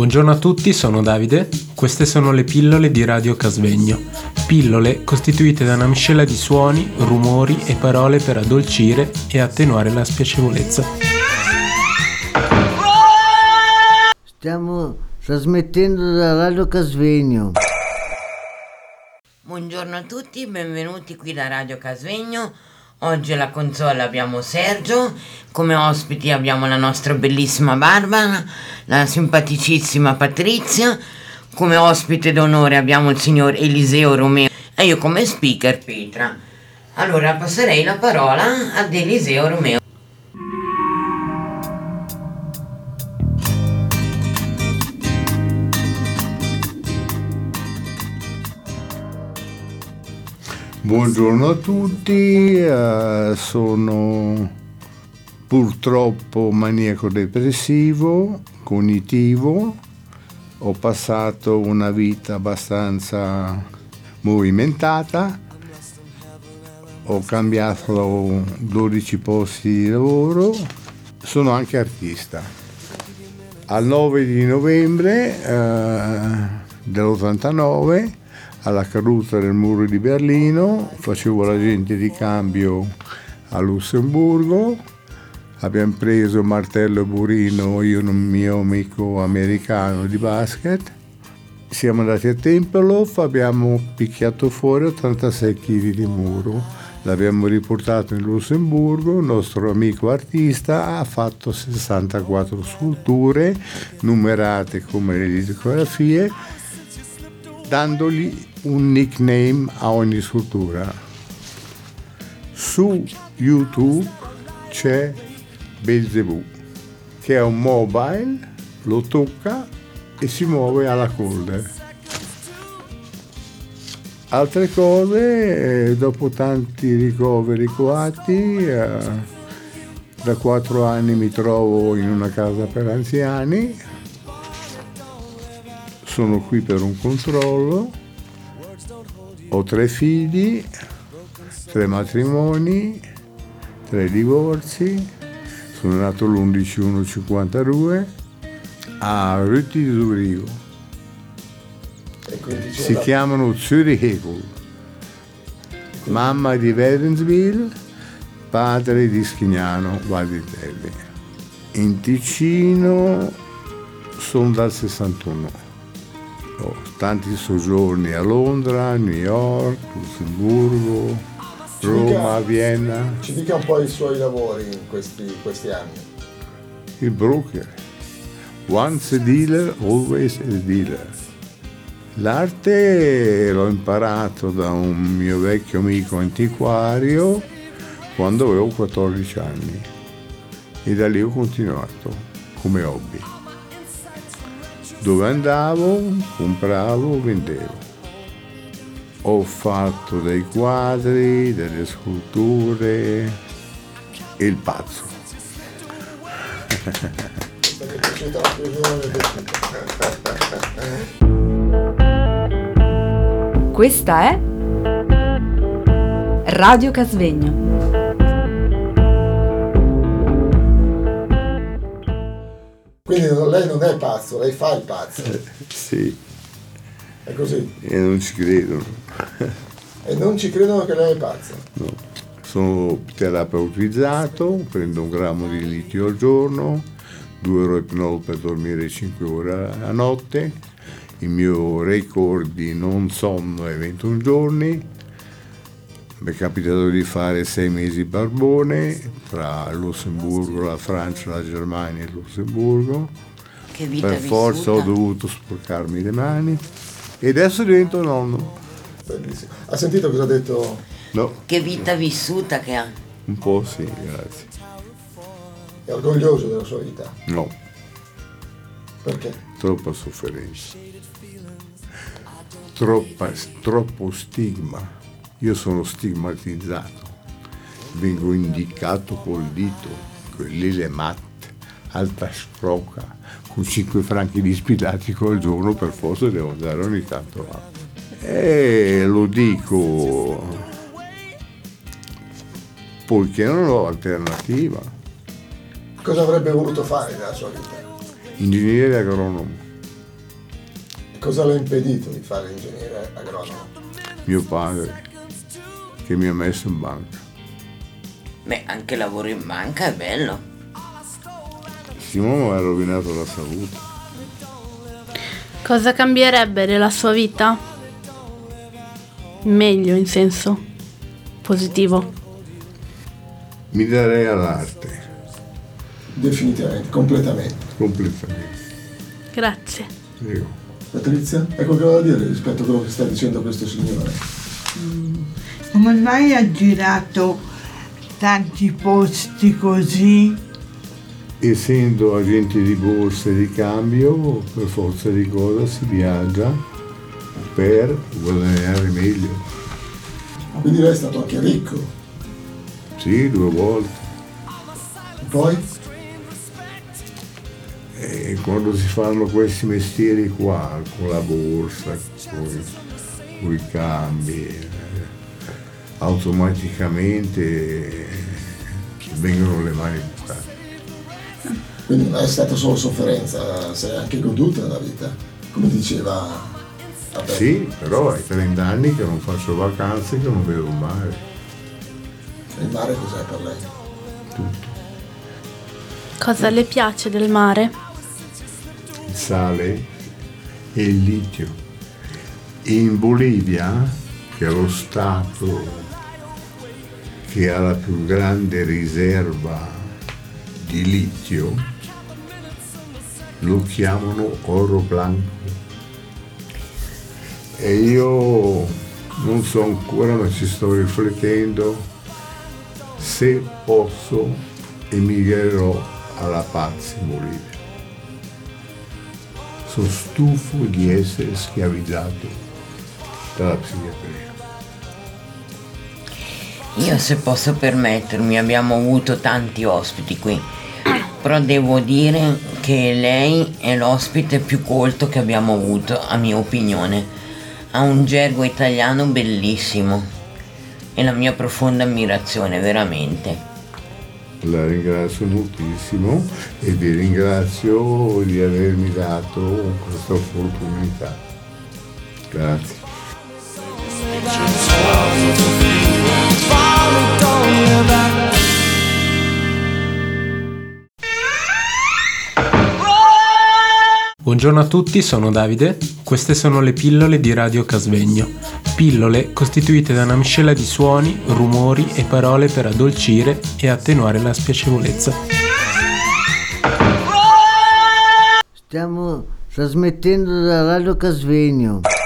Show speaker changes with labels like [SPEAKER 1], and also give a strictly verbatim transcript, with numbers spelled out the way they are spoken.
[SPEAKER 1] Buongiorno a tutti, sono Davide. Queste sono le pillole di Radio Casvegno. Pillole costituite da una miscela di suoni, rumori e parole per addolcire e attenuare la spiacevolezza.
[SPEAKER 2] Stiamo trasmettendo da Radio Casvegno.
[SPEAKER 3] Buongiorno a tutti, benvenuti qui da Radio Casvegno. Oggi alla console abbiamo Sergio, come ospiti abbiamo la nostra bellissima Barbara, la simpaticissima Patrizia, come ospite d'onore abbiamo il signor Eliseo Romeo e io come speaker Petra. Allora passerei la parola ad Eliseo Romeo.
[SPEAKER 4] Buongiorno a tutti, uh, sono purtroppo maniaco depressivo, cognitivo, ho passato una vita abbastanza movimentata, ho cambiato dodici posti di lavoro, sono anche artista. Al nove di novembre uh, dell'ottantanove, alla caduta del muro di Berlino, facevo l'agente di cambio a Lussemburgo, abbiamo preso martello e burino, io e un mio amico americano di basket, siamo andati a Tempelhof, abbiamo picchiato fuori ottantasei chili di muro, l'abbiamo riportato in Lussemburgo, il nostro amico artista ha fatto sessantaquattro sculture numerate come le litografie, dandogli un nickname a ogni scultura. Su YouTube c'è Belzebù, che è un mobile, lo tocca e si muove alla coda. Altre cose, eh, dopo tanti ricoveri coatti, eh, da quattro anni mi trovo in una casa per anziani, sono qui per un controllo, ho tre figli, tre matrimoni, tre divorzi, sono nato l'undici uno cinquantadue a Rütti di Zurigo. Si chiamano Zürich-Hegel, mamma di Wädenswil, padre di Schignano, Val di Terni. In Ticino sono dal sessantuno. Ho tanti soggiorni a Londra, New York, Lussemburgo,
[SPEAKER 5] Ci
[SPEAKER 4] Roma,
[SPEAKER 5] dica,
[SPEAKER 4] Vienna.
[SPEAKER 5] Ci dica un po' i suoi lavori in questi, questi anni.
[SPEAKER 4] Il broker. Once a dealer, always a dealer. L'arte l'ho imparato da un mio vecchio amico antiquario quando avevo quattordici anni e da lì ho continuato come hobby. Dove andavo, compravo, vendevo. Ho fatto dei quadri, delle sculture e il pazzo.
[SPEAKER 6] Questa è Radio Casvegno.
[SPEAKER 5] Quindi lei non è pazzo, lei fa il pazzo.
[SPEAKER 4] Eh, sì.
[SPEAKER 5] È così.
[SPEAKER 4] E non ci credono.
[SPEAKER 5] E non ci credono che lei è pazzo.
[SPEAKER 4] No. Sono terapeutizzato, prendo un grammo di litio al giorno, due roipnol per dormire cinque ore a notte, il mio record di non sonno è ventuno giorni, mi è capitato di fare sei mesi barbone tra il Lussemburgo, la Francia, la Germania e il Lussemburgo.
[SPEAKER 3] Che vita
[SPEAKER 4] Per forza
[SPEAKER 3] vissuta.
[SPEAKER 4] ho dovuto sporcarmi le mani e adesso divento nonno.
[SPEAKER 5] Bellissimo. Ha sentito cosa ha detto?
[SPEAKER 4] No,
[SPEAKER 3] Che vita vissuta che ha.
[SPEAKER 4] un po' sì, grazie.
[SPEAKER 5] È orgoglioso della sua vita.
[SPEAKER 4] No,
[SPEAKER 5] Perché?
[SPEAKER 4] troppa sofferenza, troppa, troppo stigma. Io sono stigmatizzato, vengo indicato col dito, quelle matte, alta scroca, con cinque franchi di spinacico al giorno, per forza devo andare ogni tanto là. E lo dico poiché non ho alternativa.
[SPEAKER 5] Cosa avrebbe voluto fare nella sua vita?
[SPEAKER 4] Ingegnere agronomo.
[SPEAKER 5] Cosa l'ha impedito di fare l'ingegnere agronomo?
[SPEAKER 4] Mio padre, che mi ha messo in banca.
[SPEAKER 3] Beh, anche lavoro in banca è bello.
[SPEAKER 4] Simone mi ha rovinato la salute.
[SPEAKER 7] Cosa cambierebbe della sua vita? Meglio, in senso positivo.
[SPEAKER 4] Mi darei all'arte,
[SPEAKER 5] Definitivamente, completamente.
[SPEAKER 4] completamente.
[SPEAKER 7] Grazie.
[SPEAKER 4] Prego.
[SPEAKER 5] Patrizia, hai qualcosa da dire rispetto a quello che sta dicendo questo signore?
[SPEAKER 8] Come mai ha girato tanti posti così?
[SPEAKER 4] Essendo agenti di borsa e di cambio, per forza di cosa si viaggia per guadagnare meglio.
[SPEAKER 5] Quindi lei è stato anche ricco.
[SPEAKER 4] Sì, due volte.
[SPEAKER 5] Poi?
[SPEAKER 4] E quando si fanno questi mestieri qua, con la borsa, con, con i cambi, eh, automaticamente vengono le mani bucate.
[SPEAKER 5] Quindi non è stata solo sofferenza, si è anche goduta la vita, come diceva Abel.
[SPEAKER 4] Sì, però è trenta anni che non faccio vacanze, che non vedo il mare.
[SPEAKER 5] Il mare cos'è per lei?
[SPEAKER 4] Tutto.
[SPEAKER 7] Cosa le piace del mare?
[SPEAKER 4] Il sale e il litio. In Bolivia, che è lo stato che ha la più grande riserva di litio, lo chiamano oro blanco. E io non so ancora, ma ci sto riflettendo, se posso emigrerò alla Paz in Bolivia. Sono stufo di essere schiavizzato dalla psichiatria.
[SPEAKER 3] Io, se posso permettermi, abbiamo avuto tanti ospiti qui, però devo dire che lei è l'ospite più colto che abbiamo avuto, a mia opinione. Ha un gergo italiano bellissimo e la mia profonda ammirazione, veramente.
[SPEAKER 4] La ringrazio moltissimo e vi ringrazio di avermi dato questa opportunità. Grazie.
[SPEAKER 1] Buongiorno a tutti, sono Davide. Queste sono le pillole di Radio Casvegno. Pillole costituite da una miscela di suoni, rumori e parole per addolcire e attenuare la spiacevolezza.
[SPEAKER 2] Stiamo trasmettendo da Radio Casvegno.